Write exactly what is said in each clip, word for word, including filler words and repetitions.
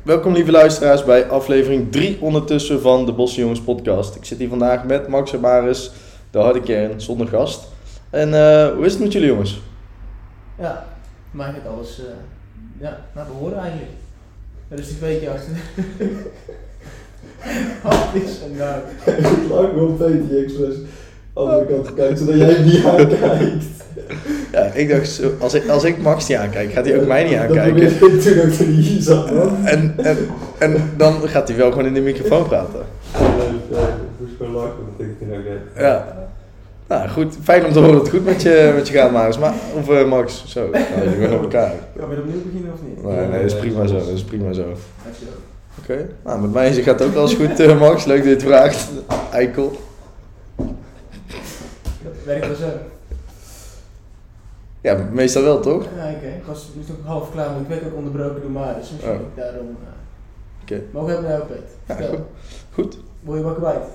Welkom lieve luisteraars bij aflevering drie ondertussen van de Bosse Jongens podcast. Ik zit hier vandaag met Max en Maris, de harde kern, zonder gast. En uh, hoe is het met jullie jongens? Ja, mij gaat alles uh, ja, naar behoren eigenlijk. Er is die weekje achter. Wat is er nou? Ik lag gewoon Peter expres andere kant te kijken, zodat jij hem niet aankijkt. Ja, ik dacht, zo, als, ik, als ik Max niet aankijk, gaat hij ook mij niet aankijken. Dat probeer ik toen ook toen hij hier zat, man. En, en, en dan gaat hij wel gewoon in de microfoon praten. Ja, ik moest gewoon lachen, dat ik het toen ook deed. Ja. Nou goed, fijn om te horen dat het goed met je, met je gaat, Maris. Maar, of uh, Max, zo, nou, jullie gaan op elkaar. Gaan we opnieuw beginnen of niet? Nee, nee, dat is prima zo, dat is prima zo. Oké, Okay. nou met mij gaat het ook alles goed, uh, Max. Leuk dat je het vraagt. Eikel. Dat werkt wel zo. Ja, meestal wel, toch? Ja, oké. Okay. Ik was nu nog half klaar, maar ik werd ook onderbroken door Maris. Misschien Oh. daarom. Uh... Oké. Okay. Maar we hebben jou, Pet. Ja, Vertel. goed. goed. Wil je wat kwijt?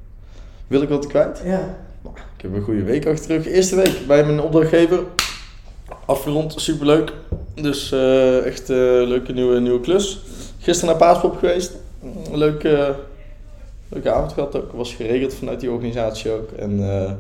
Wil ik wat kwijt? Ja. Nou, ik heb een goede week achter de rug. Eerste week bij mijn opdrachtgever. Afgerond, superleuk. Dus uh, echt uh, leuke nieuwe, nieuwe klus. Gisteren naar Paaspop geweest. Leuke, uh, leuke avond gehad ook. Was geregeld vanuit die organisatie ook. En uh,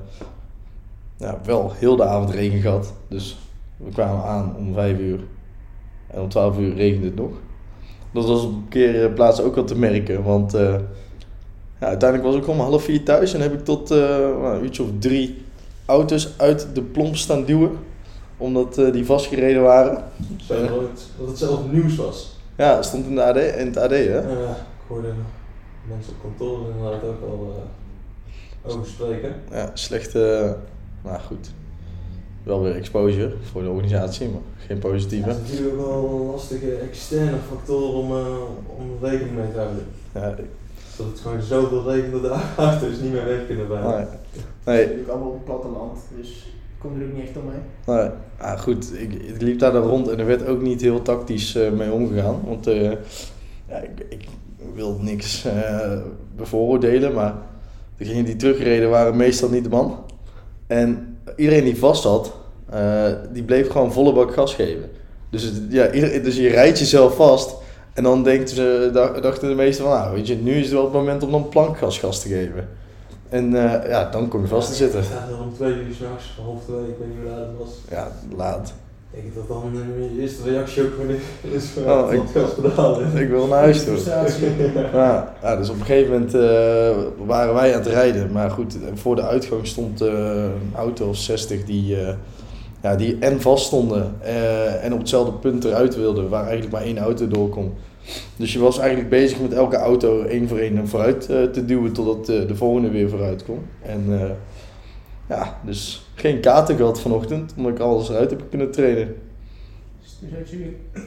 ja, wel heel de avond regen gehad. Dus we kwamen aan om vijf uur. En om twaalf uur regende het nog. Dat was op een keer plaats ook wel te merken. Want uh, ja, uiteindelijk was ik om half vier thuis. En heb ik tot uh, een uurtje of drie auto's uit de plomp staan duwen. Omdat uh, die vastgereden waren. Zo, dat, het, dat het zelf nieuws was. Ja, het stond in, de A D, in het A D, hè? Ja, ik hoorde mensen op kantoor inderdaad ook al uh, over spreken. Ja, slechte, nou goed, wel weer exposure voor de organisatie, maar geen positieve. Ja, het is natuurlijk ook wel een lastige externe factor om, uh, om rekening mee te houden. Ja, dat het gewoon zoveel regent dat de auto's niet meer weg kunnen bijna. Nee. Het is Nee. natuurlijk allemaal op het platteland, dus ik kom er ook niet echt omheen. Nee. Ah, goed, ik, ik liep daar dan rond en er werd ook niet heel tactisch uh, mee omgegaan. Want uh, ja, ik, ik wil niks uh, bevooroordelen, maar degenen die terugreden waren meestal niet de man. En iedereen die vast zat, uh, die bleef gewoon volle bak gas geven. Dus, het, ja, iedereen, dus je rijdt jezelf vast en dan denken ze, dachten de meesten van, nou weet je, nu is het wel het moment om dan plankgas gas te geven. En uh, ja, dan kom je vast te zitten. Ik sta er om twee uur s'nachts, half twee, ik weet niet hoe laat het was. Ja, laat. Ik denk dat dan uh, je eerste reactie ook gewoon is van Oh, het gaspedaal. Ik wil naar huis toe. Ja, ja, dus op een gegeven moment uh, waren wij aan het rijden. Maar goed, voor de uitgang stond uh, een auto of zestig die, uh, ja, die en vast stonden uh, en op hetzelfde punt eruit wilden, waar eigenlijk maar één auto door kon. Dus je was eigenlijk bezig met elke auto één voor één vooruit uh, te duwen totdat uh, de volgende weer vooruit kon. En uh, ja, dus geen kaarten gehad vanochtend, omdat ik alles eruit heb kunnen trainen. Dus had je weer...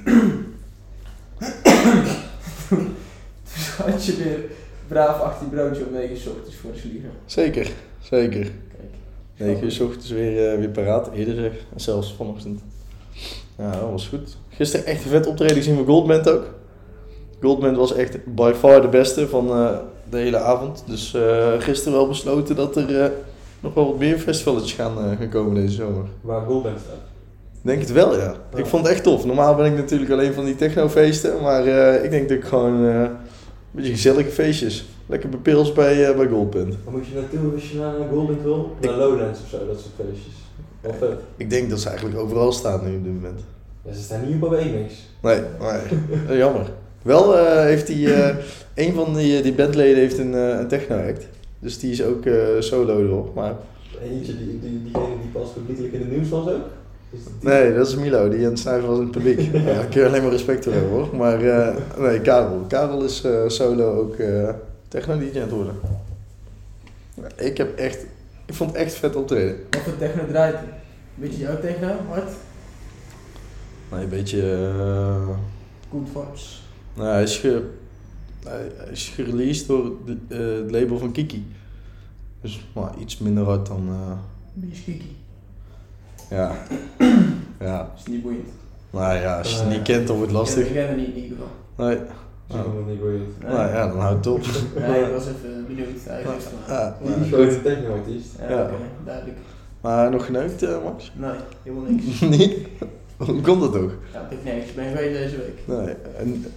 dus had je weer braaf achter je broodje om negen uur 's ochtends voor te vliegen. Zeker, zeker. Kijk. negen uur 's ochtends weer, uh, weer paraat, eerder zeg, zelfs vanochtend. Ja, dat was goed. Gisteren echt een vet optreden gezien van Goldband ook. Goldband was echt by far de beste van uh, de hele avond. Dus uh, gisteren wel besloten dat er uh, nog wel wat meer festivals gaan, uh, gaan komen deze zomer. Waar Goldband staat? Denk het wel, ja. Ja. Ik vond het echt tof. Normaal ben ik natuurlijk alleen van die technofeesten. Maar uh, ik denk dat ik gewoon uh, een beetje gezellige feestjes. Lekker bepils bij, uh, bij Goldband. Waar moet je naartoe als je naar Goldband wil? Naar Ik- Lowlands of zo, dat soort feestjes. Of vet. Ik denk dat ze eigenlijk overal staan nu op dit moment. Ja, ze staan niet op B niks. Nee, nee. Jammer. Wel uh, heeft die, uh, een van die, die bandleden heeft een, uh, een techno-act. Dus die is ook uh, solo erop. Maar... Eentje, die, die, diegene die pas publiekelijk in het nieuws was ook? Is dat die? Nee, dat is Milo, die aan het snuiven was in het publiek. Ja, daar kun je alleen maar respect voor hebben hoor. Maar uh, nee, Karel. Karel is uh, solo ook uh, techno-D J aan het worden. Ik heb echt, ik vond het echt vet optreden. Wat voor techno draait hij? Beetje jouw techno, hard? Nee, een beetje... Uh, Good vibes. nou, hij is, ge, hij is gereleased door de, uh, het label van Kiki. Dus maar iets minder hard dan... Uh, Wie is Kiki? ja. ja. Is niet boeiend. Nou ja, als je het niet kent dan wordt het lastig. Ik ken het niet in ieder geval. Nee. Zo kan het niet boeiend. Nee. Nou ja, dan houdt het op. Nee, ik was even benieuwd eigenlijk. Maar... Ja, Die nou, is gewoon goed. een techno-artiest. Ja, Ja. oké, duidelijk. Maar nog geneukt, uh, Max? Nee, helemaal niks. Nee? Hoe komt dat toch? Ja, ik niks. Ik ben geweest deze week. Nee. En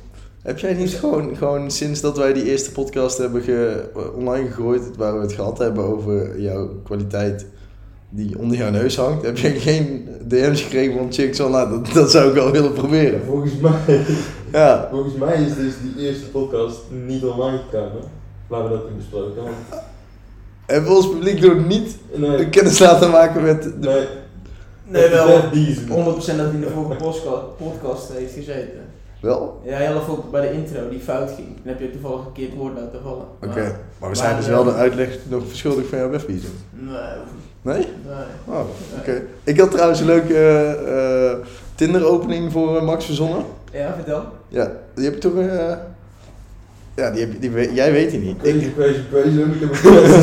Heb jij niet gewoon, gewoon sinds dat wij die eerste podcast hebben ge, online gegooid, waar we het gehad hebben over jouw kwaliteit die onder jouw neus hangt, heb jij geen D M's gekregen van chicks van, nou, dat, dat zou ik wel willen proberen? Volgens mij, Ja. volgens mij is dus die eerste podcast niet online gekomen, waar we dat in besproken hadden. En wil ons publiek nog niet Nee, kennis laten maken met de... nee. Nee, wel Net die honderd procent dat hij in de vorige postka- podcast heeft gezeten. Wel? Ja, heel even ook bij de intro die fout ging. Dan heb je toevallig een keer het woord laten vallen. Oké, Maar- maar we maar, zijn dus eh, wel de uitleg nog verschuldigd van jouw webvisum. Nee, hoeft niet. Nee? Nee. Oh, oké. Ik had trouwens een leuke eh, eh, Tinder-opening voor eh, Max verzonnen. Ja, vertel. Ja, die heb je toch... eh, ja, die heb je, die weet, jij weet die niet. Crazy, Ik... crazy, crazy, ik heb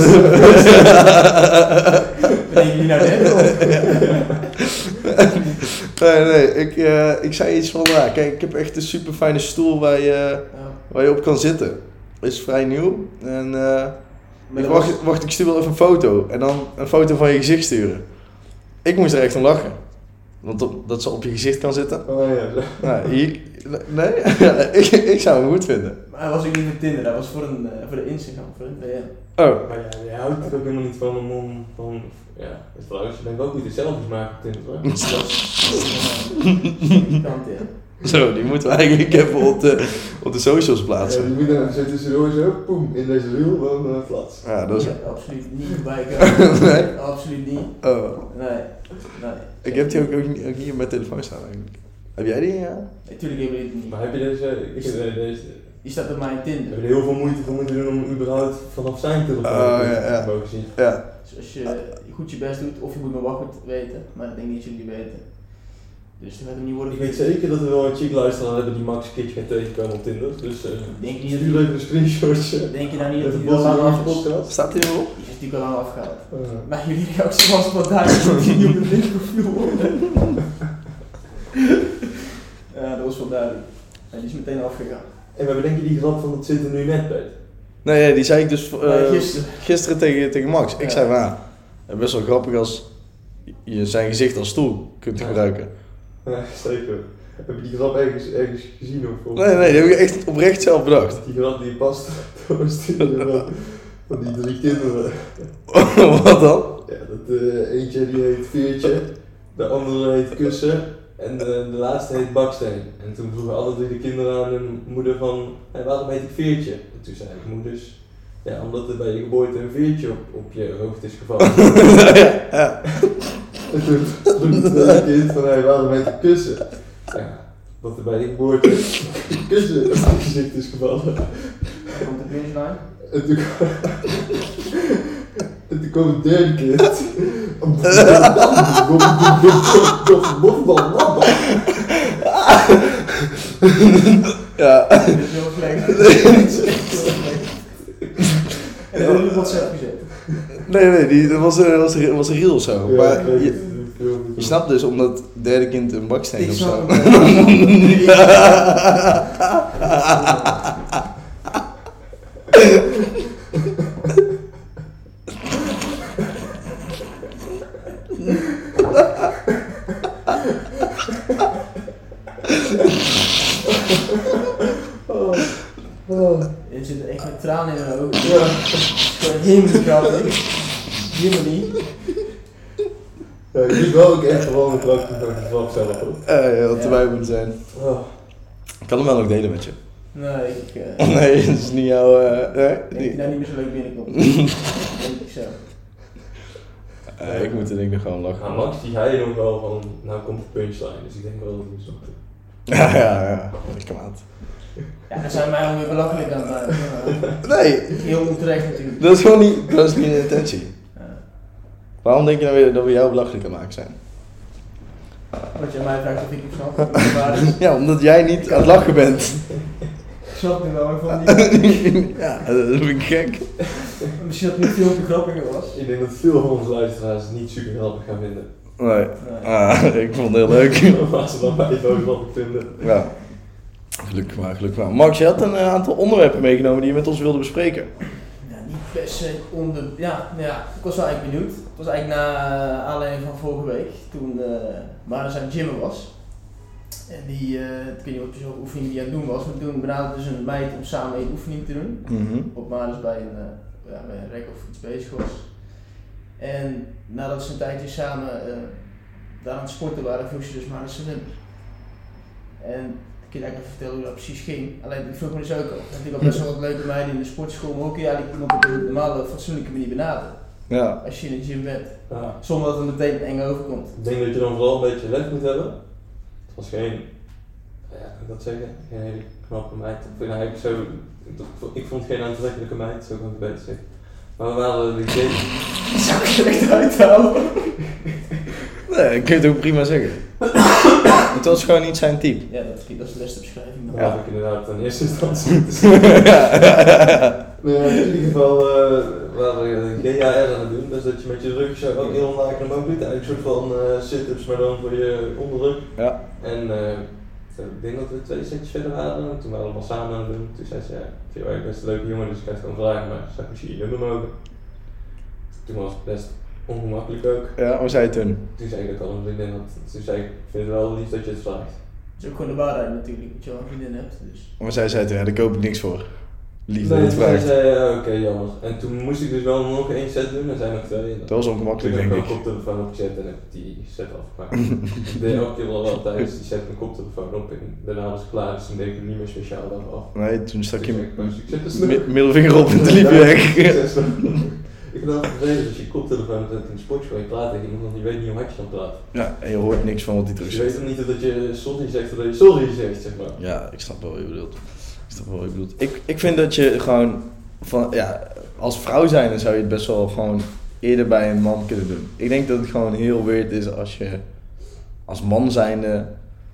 Wat denk je nou net? nee, nee, ik, uh, ik zei iets van, ja, kijk, ik heb echt een super fijne stoel waar je, Ja. waar je op kan zitten. Is vrij nieuw. En uh, Maar ik dat wacht, was- wacht, ik stuur wel even een foto. En dan een foto van je gezicht sturen. Ik moest er echt om lachen. Want op, dat ze op je gezicht kan zitten. Oh ja, zo. Nou, hier, nee, ik, ik zou hem goed vinden. Maar hij was ook niet voor Tinder, dat was voor, een, uh, voor de Instagram, voor een D M. Oh, Maar ja, jij houdt er ook helemaal niet van om, om van, ja, dat is trouwens, je bent ook niet de selfies maken op Tinder, hoor. Die kant, ja. zo, die moeten we eigenlijk even op de, op de socials Ja, plaatsen. die moet dan zo tussendoor zo, poem, in deze reel, dan uh, flats. Ja, dat is... Ja, absoluut niet voorbij komen. Nee? Absoluut niet. Oh. Nee. Nee. Ik heb die ook, ook, niet, ook niet op mijn telefoon staan eigenlijk. Heb jij die? Ja? Natuurlijk hebben we dit niet. Maar heb je deze, ik heb uh, deze, Die staat op mijn we Tinder. hebben er heel veel moeite voor moeten doen om überhaupt vanaf zijn telefoon Oh, ja, ja. te mogen zien. Ja. Dus als je goed je best doet, of je moet mijn wachtwoord weten, maar dat denk ik niet dat jullie weten. Dus dat gaat hem niet worden. Ik weet zeker dat we wel een chick luisteraar hebben die Max een keertje gaat tegenkomen op Tinder, dus uh, Denk je niet dat stuur even een screenshotje. Denk je nou niet dat Even hij al lang bossen af in de is? podcast. Staat die erop? Die is natuurlijk al lang afgehaald. Uh, Maar jullie reactie was wat duidelijk dat hij niet op het linkprofiel hoorde. Ja, dat was wel duidelijk. En die is meteen afgegaan. en we bedenken die grap van het zit er nu net bij. Nee, nee, die zei ik dus uh, Nee, gisteren. gisteren tegen, tegen Max. Ik Ja. zei van, ja, het is best wel grappig als je zijn gezicht als stoel kunt Ja. gebruiken. Ja, zeker. Heb je die grap ergens, ergens gezien of? of- Nee, nee, die heb ik echt oprecht zelf bedacht. Die grap die past door van, van die drie kinderen. Wat dan? Ja, dat uh, eentje die heet Veertje, de andere heet Kussen en de, de laatste heet Baksteen. En toen vroegen alle drie de kinderen aan hun moeder van, hey, waarom heet ik Veertje? En toen zei ik moeders, ja, omdat er bij je geboorte een veertje op, op je hoofd is gevallen. ja, ja. En toen vroeg het tweede kind van, hey, waarom heet ik Kussen? Ja, omdat er bij je geboorte een kussen op je gezicht is gevallen. Dan komt de punchline. En toen, en toen kwam het derde kind. Ja. Dat is heel slecht. Dat is echt heel slecht. En dan heb je wat zelf gezet. Nee, nee, die, dat was, uh, was, was een reel zo. Ja, maar ik weet je, het, ik weet het. je snapt dus omdat het derde kind een baksteen Ik of snap zo. Oh. Oh. Er zitten echt met tranen in mijn ogen. Ja. Gewoon helemaal niet grappig. Helemaal niet. Ja, ik moet wel ook echt gewoon een prachtig van het vak zelf hoor. Eh, je had Ja. erbij moeten zijn. Oh. Ik kan hem wel nog delen met je. Nee, ik uh, Nee, dat is niet jouw... Uh, nee, denk dat die- je daar niet meer zo leuk binnenkomt. Denk ik zo. Eh, ik moet er denk ik nog gewoon lachen. Nou, Max die zei nog wel van, nou komt de punchline, dus ik denk wel dat ik moet zoeken. Ja, ja, ja. Lekker maat. Ja, dan zijn wij alweer belachelijk aan het maken. Ja. Nee, Heel onterecht natuurlijk. dat is gewoon niet, dat is niet de intentie. Ja. Waarom denk je nou weer dat we jou belachelijk aan het maken zijn? Wat jij mij vraagt of ik het snap. Maar Ja, omdat jij niet aan het lachen bent. ik snap nu wel, maar ik vond niet. Ja, dat vind ik gek. Misschien dat het niet veel te grappiger was. Ik denk dat veel van onze luisteraars het niet super grappig gaan vinden. Nee. Nee. Ah, ik vond het heel leuk. Maar ze dan bij het wel grappig vinden. Ja. Gelukkig maar, gelukkig maar. Max, je had een eh, aantal onderwerpen meegenomen die je met ons wilde bespreken. Ja, niet per se onder... Ja, nou ja, ik was wel eigenlijk benieuwd. Het was eigenlijk na uh, aanleiding van vorige week, toen uh, Mara zijn gymmen was. En die, uh, ik weet niet wat voor oefening die aan het doen was, maar toen benaderde dus een meid om samen een oefening te doen. Mm-hmm. Op Maris bij een, uh, ja, bij een rek of iets bezig was. En nadat ze een tijdje samen uh, daar aan het sporten waren, vroeg ze dus maar eens zwemmen. En ik kan eigenlijk even vertellen hoe dat precies ging. Alleen ik vroeg me dus ook al. Ik vind ook best wel wat leuke meiden in de sportschool, maar ook ja, die iemand op een normale, fatsoenlijke manier benaderen. Ja. Als je in de gym bent. Ja. Zonder dat het meteen eng overkomt. Ik denk dat je dan vooral een beetje lef moet hebben. Het was geen, ja, kan ik dat zeggen? Geen hele knappe meid. Ik, vind eigenlijk zo, ik vond het geen aantrekkelijke meid, zo kan ik het beter zeggen. Maar we waren die game. Zou ik slecht uithouden? Nee, ik kan het ook prima zeggen. Het was gewoon niet zijn type. Ja, dat, dat is de beste beschrijving. Dat Ja. had ik inderdaad in eerste instantie moeten zeggen. Maar in ieder geval uh, waren we G H R aan het doen, dus dat je met je rug zo ook heel laag omhoog doet. Eigenlijk een soort van uh, sit-ups, maar dan voor je onderrug. Ja. En uh, ik denk dat we twee setjes verder waren, en toen waren we allemaal samen aan het doen. Toen zei ze, ja, ik vind jou eigenlijk best een leuke jongen, dus ik ga het gewoon vragen, maar zou ik misschien je nummer mogen? Toen was het best ongemakkelijk ook. Ja, wat zei je toen? Toen zei ik dat ik al een vriendin had. Toen zei ik, ik vind het wel lief dat je het vraagt. Dat is ook gewoon de waarheid natuurlijk, dat je wel een vriendin hebt. Dus. Maar zij zei toen, ja, daar koop ik niks voor. Lief dat Nee, je het toen vraagt. zei ja, oké, okay, jammer. En toen moest ik dus wel nog één set doen, en zijn nog twee. Dat was ongemakkelijk, toen denk heb ik. ik mijn koptelefoon opgezet en heb ik die set afgemaakt. Ik deed elke keer wel wel tijdens die set mijn koptelefoon op en daarna was het klaar, dus toen deed ik hem niet meer speciaal dan af. Nee, toen stak je je mi- middelvinger op en toen liep je weg. Ik vind het altijd vervelend als je koptelefoon zet in de sportschool en je praat tegen iemand, want je weet niet hoe hard je dan praat. Ja, en je hoort niks van wat hij terug Dus je weet zegt. dan niet dat je sorry zegt of dat je sorry zegt, zeg maar. Ja, ik snap wel wat je bedoelt. Ik snap wel wat je bedoelt. Ik, ik vind dat je gewoon, van, ja, als vrouw zijn, dan zou je het best wel gewoon eerder bij een man kunnen doen. Ik denk dat het gewoon heel weird is als je als man zijnde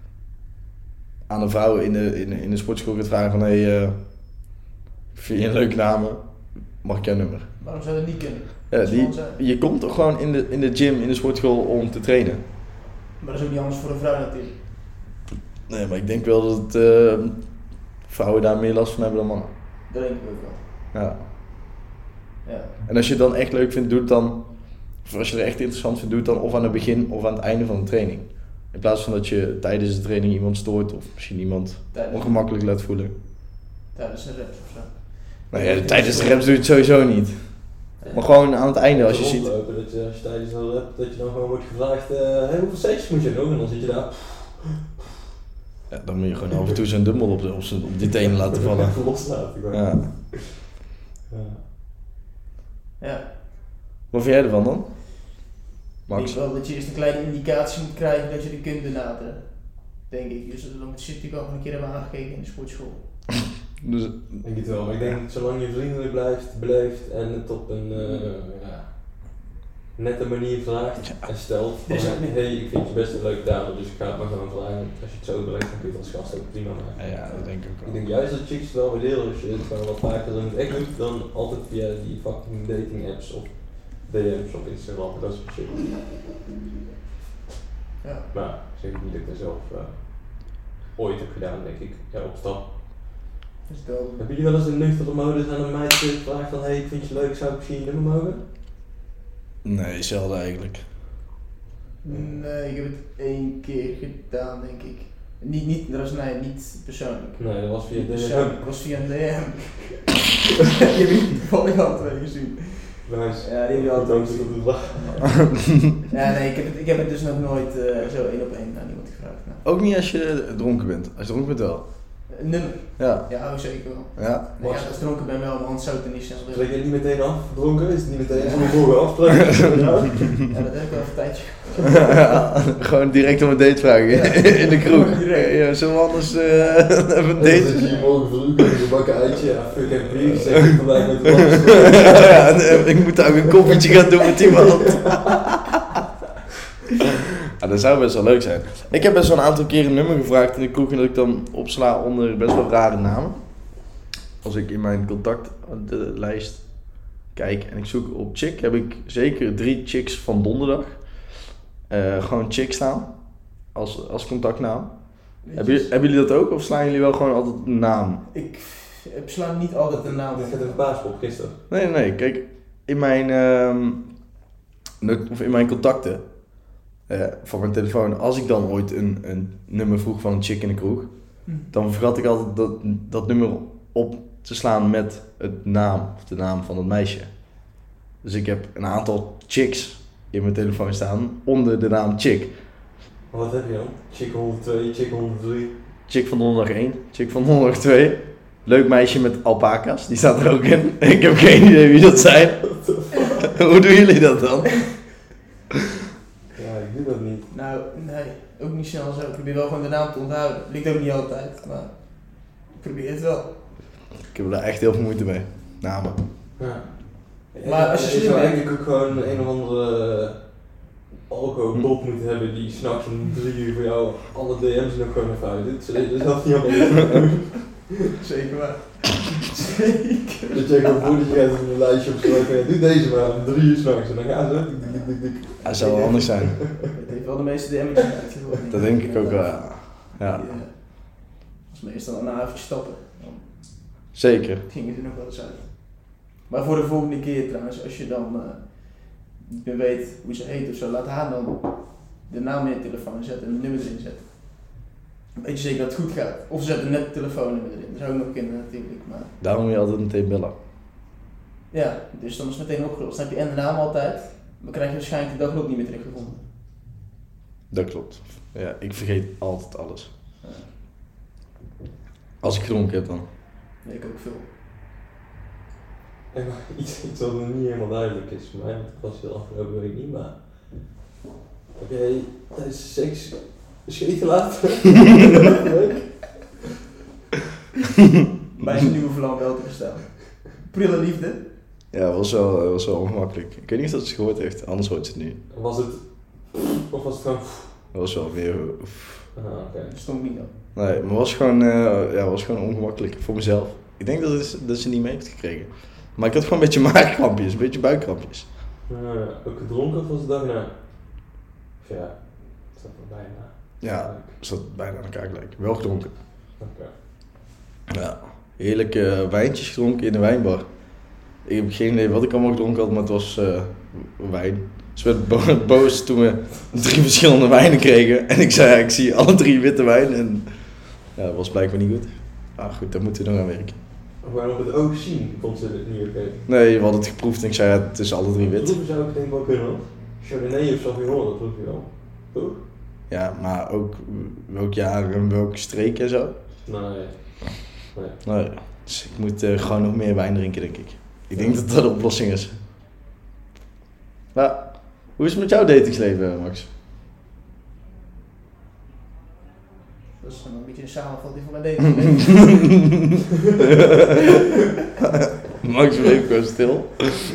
aan een vrouw in de, in, in de sportschool kunt vragen van hé, hey, uh, vind je een leuke naam? Mag ik jouw nummer? Waarom zou dat niet kunnen? Ja, Als die, man zijn. je komt toch gewoon in de, in de gym, in de sportschool om te trainen? Maar dat is ook niet anders voor een vrouw natuurlijk. Nee, maar ik denk wel dat het, uh, vrouwen daar meer last van hebben dan mannen. Dat denk ik ook wel. Ja. Ja. En als je het dan echt leuk vindt, doe het dan, of als je het echt interessant vindt, doe het dan of aan het begin of aan het einde van de training. In plaats van dat je tijdens de training iemand stoort of misschien iemand Tijdens, ongemakkelijk laat voelen. tijdens een reps of zo. Nou ja, tijdens de reps doe je het sowieso niet. Maar gewoon aan het einde als je ziet. Rondlopen, dat je als je tijdens een rep, dat je dan gewoon wordt gevraagd, uh, hey, hoeveel setjes moet je nog? En dan zit je daar. Ja, dan moet je gewoon af en toe zo'n dumbbell op, de, op, zijn, op die tenen laten vallen. Even loslaten gewoon. Ja. Ja. Ja. Wat vind jij ervan dan? Ik denk Max? wel dat je eerst een kleine indicatie moet krijgen dat je er kunt benaderen. Denk ik. Dus dan moet je natuurlijk ook een keer hebben aangekeken in de sportschool. Dus, Ik denk het wel, maar ik denk dat zolang je vriendelijk blijft, beleeft en het op een uh, ja, nette manier vraagt en stelt van Dus- hé, hey, ik vind je best een leuke dame, dus ik ga het maar gewoon vragen. Als je het zo beleeft, dan kun je het als gast ook prima maken. ja, dat denk ik ook Ik wel. denk juist dat chicks het wel waarderen als je het gewoon wat vaker dan het echt doet dan altijd via die fucking dating apps of D M's op Instagram en dat soort shit. Ja. Maar ik zeg niet dat ik dat zelf uh, ooit heb gedaan, denk ik. Ja, op stap. Dus dat. Hebben jullie wel eens een nuchtere modus aan een meisje gevraagd van hé, hey, ik vind je leuk, zou ik misschien je nummer mogen? Nee, zelden eigenlijk. Nee, ik heb het één keer gedaan, denk ik. Niet, niet, dat was nee, niet persoonlijk. Nee, dat was via Niet D M. persoonlijk, dat was via een D M. Die heb ik toevallig al twee gezien. Nice. Ja, die heb je al twee Dank gezien. voor de vraag. Ja, nee, ik heb het, ik heb het dus nog nooit uh, zo één op één aan iemand gevraagd. Nou. Ook niet als je dronken bent. Als je dronken bent wel. Een nummer? Ja. Ja, oh, zeker wel. Ja. Nee, ja, als ik dronken ben wel, maar anders zou ik het niet snel doen. Spreek je niet meteen af, dronken? Is het niet meteen Ja. zo'n vorige afspraak? Ja. Ja, dat heb ik wel even een tijdje. Ja, gewoon direct om een date vragen in de kroeg. Direct. Ja, zullen we anders uh, even een Dan zit date? je hier morgen vroeg met een gebakken eitje. Ja, fuck, heb bier gezegd. Ik gelijk met de laatste. Ja, en ik moet ook een koffietje gaan doen met iemand. Ja, dat zou best wel leuk zijn. Ik heb best wel een aantal keer een nummer gevraagd in de kroeg en dat ik dan opsla onder best wel rare namen. Als ik in mijn contactlijst kijk en ik zoek op chick, heb ik zeker drie chicks van donderdag. Uh, gewoon chick staan als, als contactnaam. Hebben jullie, hebben jullie dat ook of slaan jullie wel gewoon altijd een naam? Ik sla niet altijd de naam. Dit gaat even paaspop gisteren. Nee, nee, kijk, in mijn, um, of in mijn contacten uh, van mijn telefoon. Als ik dan ooit een, een nummer vroeg van een chick in de kroeg, Hm. dan vergat ik altijd dat, dat nummer op te slaan met het naam, of de naam van het meisje. Dus ik heb een aantal chicks in mijn telefoon staan onder de naam chick. Wat heb je dan? Chick honderdtwee, chick honderddrie. Chick van donderdag één, chick van donderdag twee. Leuk meisje met alpaca's, die staat er ook in. Ik heb geen idee wie dat zijn. Hoe doen jullie dat dan? Ja, ik doe dat niet. Nou, nee, ook niet snel zo. Ik probeer wel gewoon de naam te onthouden. Lukt ook niet altijd, maar ik probeer het wel. Ik heb daar echt heel veel moeite mee. Namen. Ja. Maar als je je slim zou bent- eigenlijk ook gewoon een of andere alcoholbot moeten hebben die s'nachts om drie uur voor jou alle D M's nog gewoon even uitdoet. Ze weten zelf niet allemaal. Zeker waar. Zeker. Dat jij gewoon voordat je gaat een lijstje opschrijven en doe deze maar om drie uur s'nachts en dan gaan ze. dik, dik, dik, dik, dik. Ja, dat zou wel anders zijn. Het heeft wel de meeste damage uitgevoerd. Dat denk ik ook wel, ja. Ja, Die, eh, als meestal na even stappen, dan zeker. gingen ze nog wel eens uit. Maar voor de volgende keer trouwens, als je dan eh, niet meer weet hoe ze heet of zo, laat haar dan de naam in je telefoon zetten en een nummer erin zetten. Dan weet je zeker dat het goed gaat. Of ze zetten net het telefoonnummer erin, dat zou ook nog kunnen natuurlijk. Maar Daarom moet je altijd meteen bellen. ja, dus dan is het meteen opgelost. Dan heb je en de naam altijd, maar dan krijg je waarschijnlijk de dag ook niet meer teruggevonden. Dat klopt. Ja, ik vergeet altijd alles. Ja, Als ik gedronken heb dan. weet ik ook veel. En maar iets, iets wat nog niet helemaal duidelijk is voor mij, want ik was heel afgelopen week niet, maar heb jij tijdens seks scheten laten? Bij zijn nieuwe vlam wel te bestaan. Prille liefde. Ja, was wel, was wel ongemakkelijk. Ik weet niet of dat ze het gehoord heeft, anders hoort ze het nu. Was het, of was het gewoon, Dat was wel weer... ah oké. Dat stond niet dan. Nee, maar was gewoon, uh, ja, was gewoon ongemakkelijk voor mezelf. Ik denk dat, het, dat ze niet mee heeft gekregen. Maar ik had gewoon een beetje maagkrampjes, een beetje buikkrampjes. Uh, ook gedronken of was het daarna? Of ja, het zat er bijna. Ja, zat bijna aan elkaar gelijk. Wel gedronken. Oké. Ja, heerlijke wijntjes gedronken in de wijnbar. Ik heb geen idee wat ik allemaal gedronken had, maar het was uh, wijn. Ze werd bo- boos toen we drie verschillende wijnen kregen. En ik zei, ja, ik zie alle drie witte wijn. En ja, dat was blijkbaar niet goed. Ah goed, daar moeten we nog aan werken. Gewoon op het oog zien vond ze het niet oké. Nee, we hadden het geproefd en ik zei, ja, het is alle drie wit. Proeven zou ik denk wel kunnen hoor. Chardonnay of Sauvignon, dat proef je wel. Toch? Ja, maar ook welk jaar en welke streek en zo. Nee. Nee. Nee, dus ik moet uh, gewoon nog meer wijn drinken, denk ik. Ik denk dat dat de oplossing is. Maar, hoe is het met jouw datingsleven, Max? Dat is een beetje een samenvatting van mijn datingsleven. Max bleef gewoon stil.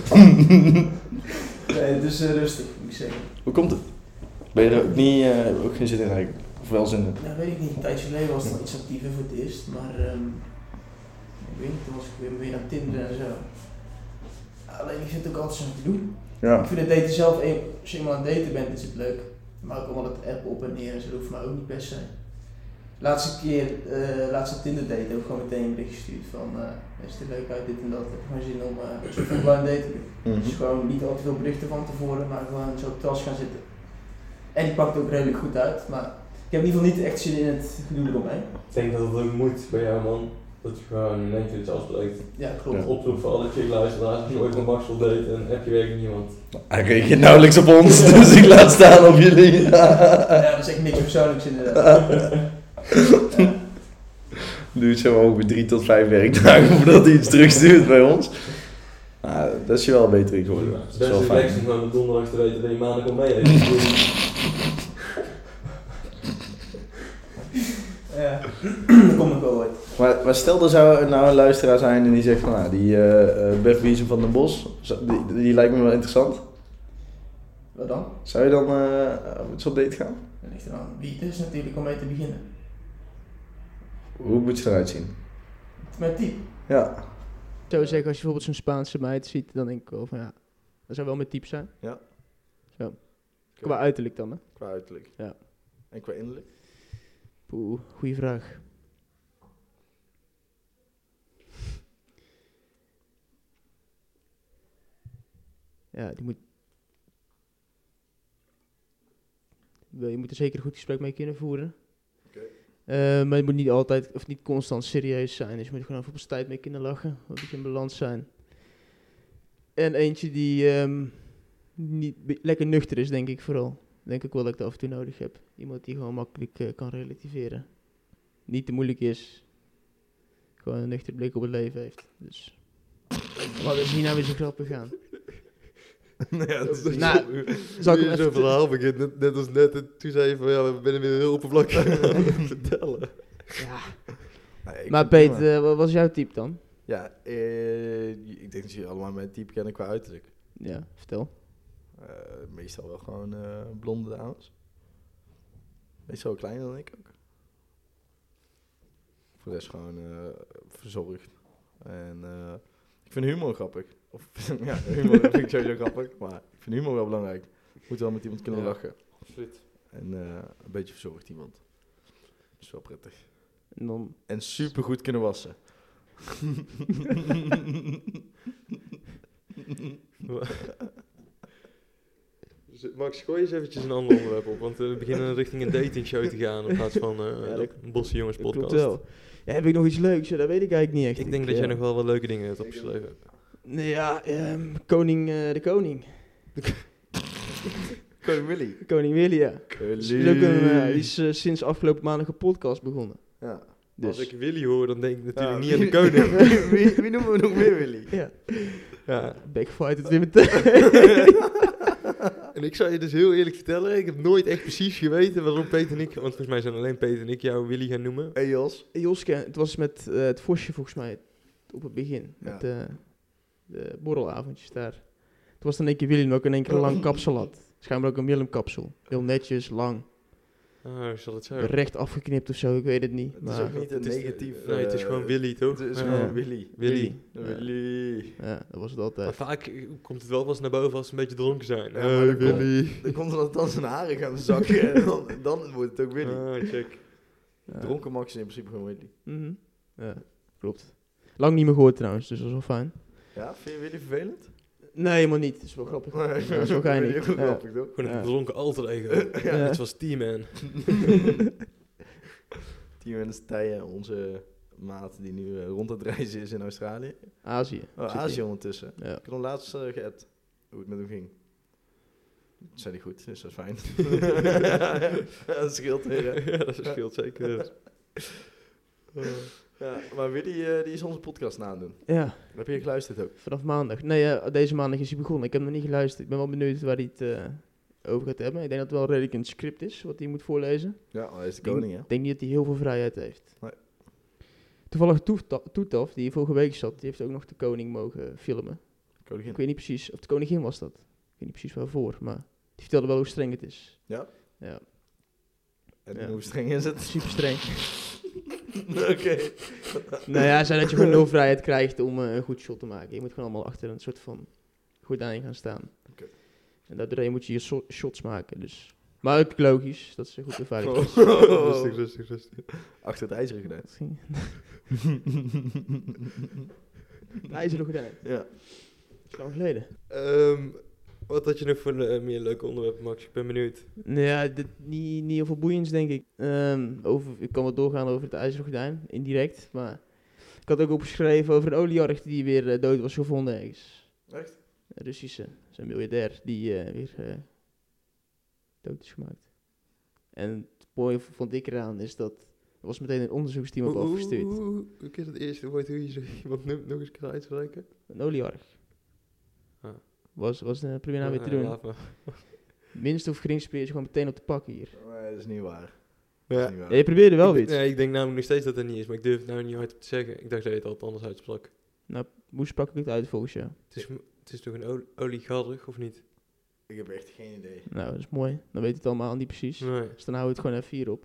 Nee, het is uh, rustig, moet ik zeggen. Hoe komt het? Ben je er ook, niet, uh, ook geen zin in eigenlijk? Of wel zin in? Nou, weet ik niet. Een tijdje geleden was het nog iets actiever voor het eerst, maar um, ik weet niet, toen was ik weer, weer aan Tinder en zo. Alleen ik vind het ook altijd zo te doen. Ja. Ik vind het daten zelf, als je eenmaal aan het daten bent, is het leuk. Maar ook allemaal het app op en neer en zo, dat hoeft mij ook niet per se. Laatste keer, uh, laatste Tinder date, heb ik gewoon meteen een bericht gestuurd van, uh, is het leuk uit dit en dat, heb ik gewoon zin om uh, zo van blind date te doen. Mm-hmm. Dus gewoon niet al te veel berichten van tevoren, maar gewoon zo op het terras gaan zitten. En die pakt ook redelijk goed uit, maar ik heb in ieder geval niet echt zin in het gedoe eromheen. Ik denk dat het ook moet bij jou man. Dat je gewoon in één keer iets afspreekt. Ja, klopt. Een oproep voor alle chick luisteraars. Als je ooit met Max wil daten en heb je werkelijk niemand. Hij reageert nauwelijks op ons, dus ik laat staan op jullie. Ja, dat is echt niks persoonlijks inderdaad. Ja. Duurt zo over drie tot vijf werkdagen voordat hij iets terugstuurt bij ons. Nou, dat is je wel beter in geworden. Het Dat is wel beste fijn. relaxed om gewoon op donderdag te weten dat je maandag al mee eet. Ja, dat komt nog wel ooit. Maar, maar stel er zou nou een luisteraar zijn en die zegt van nou, die uh, uh, Bert Wiesen van den Bos, die, die lijkt me wel interessant. Wat dan? Zou je dan uh, met zo'n date gaan? Dat ligt eraan wie het is natuurlijk om mee te beginnen. Hoe moet je eruit zien? Met type. Ja. Zo zeggen, als je bijvoorbeeld zo'n Spaanse meid ziet, dan denk ik wel van ja, dat zou wel met type zijn. Ja. Zo. Qua uiterlijk dan, hè? Qua uiterlijk. Ja. En qua innerlijk? Poeh, goeie vraag. Ja, die moet... je moet er zeker een goed gesprek mee kunnen voeren. Okay. Uh, maar je moet niet altijd, of niet constant serieus zijn. Dus je moet gewoon even op zijn tijd mee kunnen lachen. Een beetje in balans zijn. En eentje die um, niet be- lekker nuchter is, denk ik vooral. Denk ik wel dat ik dat af en toe nodig heb. Iemand die gewoon makkelijk uh, kan relativeren. Niet te moeilijk is. Gewoon een nuchter blik op het leven heeft. Dus. Wat is hier nou weer zo grappig gaan? Nou ja, dat is nou, zal ik hem zo'n even verhaal begint, net, net als net. En toen zei je van, ja, we zijn weer heel oppervlakkig aan het vertellen. Ja. Nee, Maar vind Peet, het prima. uh, wat was jouw type dan? Ja, uh, ik denk dat jullie allemaal mijn type kennen qua uiterlijk. Ja, vertel. Uh, meestal wel gewoon uh, blonde dames. Meestal wel kleiner dan ik ook. Voor de rest gewoon uh, verzorgd. En uh, ik vind humor grappig. Of, ja, humor vind ik sowieso grappig. Maar ik vind humor wel belangrijk. Je moet wel met iemand kunnen Ja, lachen. absoluut. En uh, een beetje verzorgd iemand. Dat is wel prettig. En dan... En super goed kunnen wassen. Max, gooi eens eventjes een ander onderwerp op, want we beginnen richting een datingshow te gaan in plaats van uh, Ja, de Bosse Jongens Dat podcast. klopt wel. Ja, heb ik nog iets leuks? Ja, dat weet ik eigenlijk niet echt. Ik denk dat ja. jij nog wel wat leuke dingen hebt opgeschreven. Nee, ja, um, koning, uh, de koning. Koning Willy. Koning Willy, ja. Dus die is, ook een, uh, die is uh, sinds afgelopen maandag een podcast begonnen. Ja. Dus. Als ik Willy hoor, dan denk ik natuurlijk Ja, niet aan de wie- koning. wie, wie, wie noemen we nog meer Willy? Ja. Ja. Backfight het weer meteen. En ik zal je dus heel eerlijk vertellen, ik heb nooit echt precies geweten waarom Peter en ik, want volgens mij zijn alleen Peter en ik jou Willy gaan noemen. Hey Jos. Joske, het was met uh, het Vosje volgens mij op het begin. Ja. Met uh, de borrelavondjes daar. Het was dan een keer Willy, maar ook in één keer een lang kapsel had. Schijnbaar ook een Willem kapsel. Heel netjes, lang. Ah, zal het zo? Recht afgeknipt of zo, ik weet het niet. Het maar is ook niet een Het is- negatief... Nee, het is uh, gewoon Willy, toch? Het is Ja. gewoon Ja. Willy. Willy. Willy. Willy. Ja, dat was het Maar altijd. vaak eh, komt het wel wel eens naar boven als ze een beetje dronken zijn. Ja, Hey, maar dan komt- Willy. Dan komt er dan, dan zijn haren gaan zakken en dan, dan wordt het ook Willy. Ah, check. Ja. Dronken Max is in principe gewoon Willy. Mhm. Ja, klopt. Lang niet meer gehoord trouwens, dus dat is wel fijn. Ja, vind je Willy vervelend? Nee, helemaal niet. Dat is wel grappig. Ja, dat is wel geinig. Heel Ja. grappig, toch? Gewoon een Ja. dronken alter ego. Ja. Net zoals T-Man. Tien mensen Tijen, onze maat die nu uh, rond het reizen is in Australië. Azië. Oh, zit Azië hij. ondertussen. Ja. Ik heb hem laatst uh, geappt hoe het met hem ging. Dat zei hij goed, dus dat is fijn. Ja, dat scheelt weer, hè. Ja, dat scheelt zeker. Ja, maar Willy uh, die is onze podcast na aan doen. Ja, Heb je geluisterd ook? vanaf maandag. Nee, ja, deze maandag is hij begonnen. Ik heb nog niet geluisterd. Ik ben wel benieuwd waar hij het uh, over gaat hebben. Ik denk dat het wel redelijk een script is, wat hij moet voorlezen. Ja, hij is de Ik denk- koning, hè? Ik denk niet dat hij heel veel vrijheid heeft. Nee. Toevallig Toeta- Toetaf, die hier vorige week zat, die heeft ook nog de koning mogen filmen. Koningin. Ik weet niet precies, of de koningin was dat. Ik weet niet precies waarvoor, maar die vertelde wel hoe streng het is. Ja? Ja, En Ja. hoe streng is het? super streng. Oké. Nou ja, hij zei dat je gewoon nul vrijheid krijgt om uh, een goed shot te maken. Je moet gewoon allemaal achter een soort van gordijn gaan staan. Oké. En daardoor moet je je so- shots maken, dus. Maar ook logisch, dat is goed beveiligd. is. Rustig, rustig, rustig. Achter het ijzeren gedaan. Dat ging... De ijzeren gordijn. Ja. Dat is lang geleden. Ehm, wat had je nog voor uh, meer leuke onderwerpen, Max? Ik ben benieuwd. Nou ja, dit, niet, niet heel veel boeiends, denk ik. Ehm, over, ik kan wel doorgaan over het ijzeren gordijn, indirect. Maar ik had ook opgeschreven over een oligarch die weer uh, dood was gevonden ergens. Echt? Een Russische, zo'n miljardair, die uh, weer uh, dood is gemaakt. En het mooie v- vond ik eraan is dat er was meteen een onderzoeksteam op afgestuurd. Hoe, hoe, hoe kun je dat eerste woord, hoe je zo iemand nu- nog eens kan uitspreken? Een oligarch. Ah. Was, was de probeer nou weer te Ja, doen. laat maar. Minste of geringste probeer je gewoon meteen op te pakken hier. Nee, dat is niet waar. Dat is Ja. niet waar. Ja, je probeerde wel Ik- iets. Nee, ik denk namelijk nog steeds dat dat niet is, maar ik durf het nou niet hard te zeggen. Ik dacht dat je het altijd anders uitsprak. Nou, hoe sprak ik het uit volgens jou? Het is, het is toch een ol- oligarch, of niet? Ik heb echt geen idee. Nou, dat is mooi. Dan weet je het allemaal niet precies. Nee. Dus dan houden we het gewoon even hierop.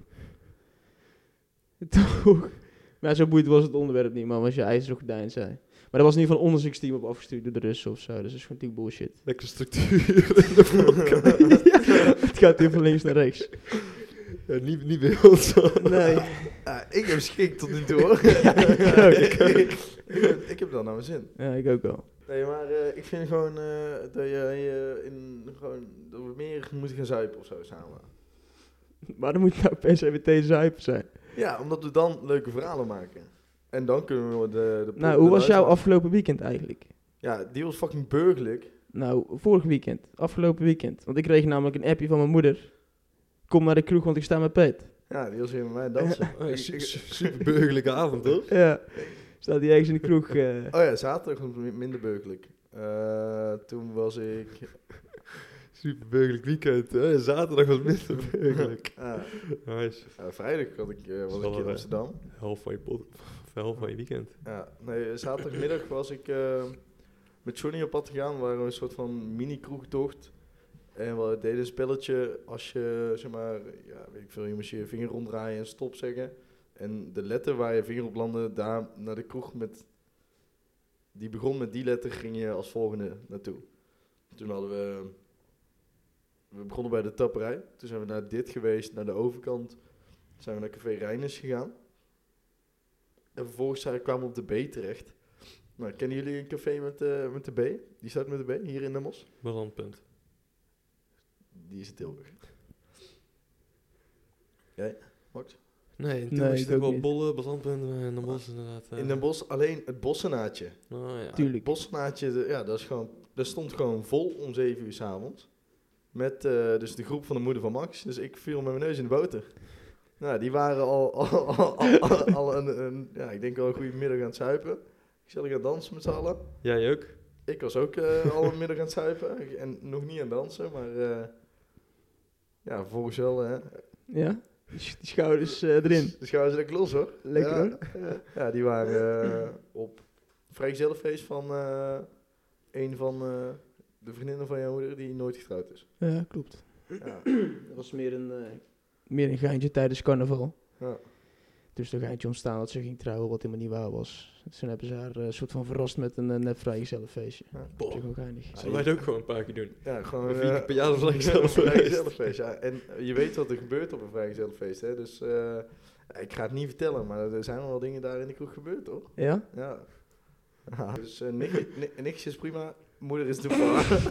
Toch? Maar zo boeiend was het onderwerp niet, man, als je ijzeren gordijn zei. Maar er was in ieder geval een onderzoeksteam op afgestuurd door de Russen of zo. Dus dat is gewoon natuurlijk bullshit. Lekker structuur in de podcast. Ja, het gaat hier van links naar rechts. Ja, niet, niet bij ons. Nee. Ah, ik heb schik tot nu toe, hoor. ik ook. ik, heb, ik heb dat naar mijn zin. Ja, ik ook wel. Nee, maar uh, ik vind gewoon uh, dat, je, uh, in, gewoon, dat we meer moeten gaan zuipen of zo samen. Maar dan moet je nou per se meteen zuipen zijn. Ja, omdat we dan leuke verhalen maken. En dan kunnen we de... de Nou, hoe was jouw afgelopen? afgelopen weekend eigenlijk? Ja, die was fucking burgerlijk. Nou, vorig weekend. Afgelopen weekend. Want ik kreeg namelijk een appje van mijn moeder. Kom naar de kroeg, want ik sta met Peet. Ja, die was weer met mij dansen. Oh, ja, su- su- super burgerlijke avond, toch? Ja. Staat hij ergens in de kroeg. eh. Oh ja, zaterdag was het minder burgerlijk. Eh, toen was ik... Super burgerlijk weekend. Hè? Zaterdag was minder burgerlijk. ah, Nice. ja, vrijdag had ik, eh, was Dat ik is in wel, Amsterdam. Helft van je pot, of helft van je weekend. Ja, nee, zaterdagmiddag was ik eh, met Johnny op pad gegaan. We waren een soort van mini-kroegtocht. En we deden een spelletje als je, zeg maar, ja, weet ik veel, je moest je vinger ronddraaien en stop zeggen. En de letter waar je vinger op landde, daar naar de kroeg met... Die begon met die letter, ging je als volgende naartoe. Toen hadden we... We begonnen bij de tapperij. Toen zijn we naar dit geweest, naar de overkant. Toen zijn we naar Café Reiners gegaan. En vervolgens zijn- kwamen we op de B terecht. Nou, kennen jullie een café met, eh, met de B? Die staat met de B, hier in Den Bosch. Belandpunt. Die is in Tilburg. Jij, Max? Nee, in Nee, Tilburg ik zit ook wel niet. bollen, belandpunt en Den Bosch inderdaad. eh. In Den Bosch alleen het bossenaatje. Oh ja. Tuurlijk. Het bossenaatje, de- ja, dat, is gewoon, dat stond gewoon vol om zeven uur 's avonds. Met eh, dus de groep van de moeder van Max. Dus ik viel met mijn neus in de boter. Nou, die waren al, al, al, al, al- al een, een, ja, ik denk wel een goede middag aan het zuipen. Gezellig aan het dansen met z'n allen. Jij ook? Ik was ook eh, al een middag aan het zuipen. En nog niet aan het dansen, maar eh, ja, vervolgens wel. Hè. Ja? Die, sch- die schouders eh, erin. De schouders lekker los hoor. Lekker ja. hoor. Ja, die waren eh, op vrijgezellenfeest van eh, een van eh, de vriendinnen van jouw moeder die nooit getrouwd is. Ja, klopt. Ja. Dat was meer een, eh, meer een geintje tijdens carnaval. Ja. Dus een geintje ontstaan dat ze ging trouwen, wat helemaal niet waar was. Dus toen hebben ze haar een soort van verrast met een uh, net vrijgezellenfeestje. Ja. Dat is ook geinig. Zullen wij het ook gewoon een paar keer doen? Ja, gewoon Vier keer eh, per jaar een vrijgezellenfeest. vrijgezellenfeest, ja. En je weet wat er gebeurt op een vrijgezellenfeest, hè. Dus eh, ja, ik ga het niet vertellen, maar er zijn wel dingen daar in de kroeg gebeurd, toch? Ja? Ja. Ja, dus uh, niks is prima, moeder is toevallig.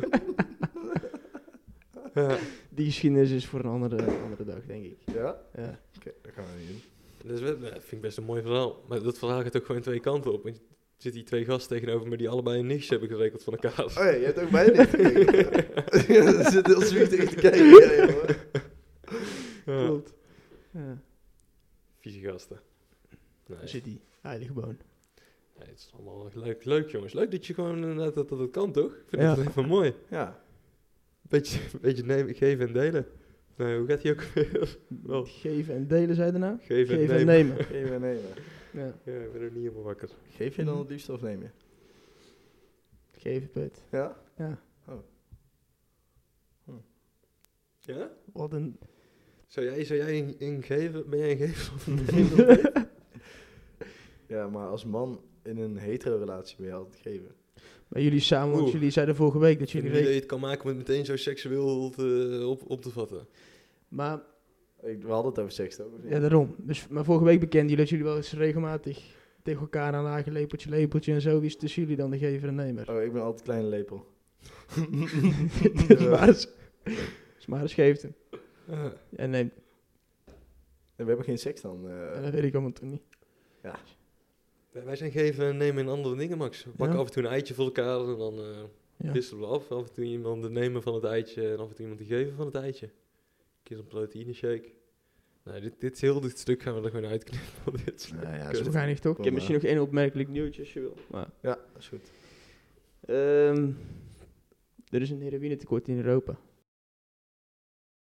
Ja. Die geschiedenis is voor een andere, andere dag, denk ik. Ja? Ja. Oké, dat gaan we niet doen. Dat, is wel, ja, dat vind ik best een mooi verhaal. Maar dat verhaal gaat ook gewoon twee kanten op. Want er zitten hier twee gasten tegenover me die allebei een nichtje hebben gerekeld van elkaar. Oh ja, je hebt ook mij niet gekeken. Er zit heel zwichtig te kijken. Ja, jongen. Ja. Klopt. Ja. Vieze gasten. Nee. Daar zit die heilige boon. Nee, het is allemaal leuk, leuk jongens. Leuk dat je gewoon inderdaad dat, dat het kan, toch? Ik vind Ja. het alleen maar mooi. Ja. Beetje, beetje nemen, geven en delen. Nee, hoe gaat die ook weer? Wel, Geven en delen, zei je nou? geven, Geven en en nemen. Geven en nemen. Ja. Ja, ik ben er niet helemaal wakker. Geef je dan het liefst of neem je? Geven, Pet. Ja? Ja. Ja? Wat een... Zou jij, zou jij een, een geven? Ben jij een geven of een nemen? Ja, maar als man in een hetero-relatie ben je altijd geven. Maar jullie samen, want Oeh. jullie zeiden vorige week dat Ik vind jullie... niet dat re- je het kan maken om het meteen zo seksueel te, op, op te vatten. Maar, Ik, we hadden het over seks, toch? of niet? ja, daarom. Dus, maar vorige week bekenden jullie dat jullie wel eens regelmatig tegen elkaar aan lagen, lepeltje, lepeltje en zo. Wie is tussen jullie dan de gever en nemer? Oh, ik ben altijd kleine lepel. Smaris. Smaris geeft hem. Ja. En neemt. En we hebben geen seks dan. eh. Ja, dat weet ik allemaal toch niet. Ja. Wij zijn geven en nemen in andere dingen, Max. We pakken Ja. af en toe een eitje voor elkaar en dan eh Ja. wisselen we af. Af en toe iemand de nemen van het eitje en af en toe iemand die geven van het eitje. Een keer een proteïne shake. Nou, dit, dit is heel dit stuk gaan we er gewoon uitknippen. want dit is Nou ja, kut. zo weinig toch? Ik Kom heb misschien maar. nog één opmerkelijk nieuwtje als je wil. Maar, Ja, dat is goed. ehm, er is een heroïnetekort in Europa.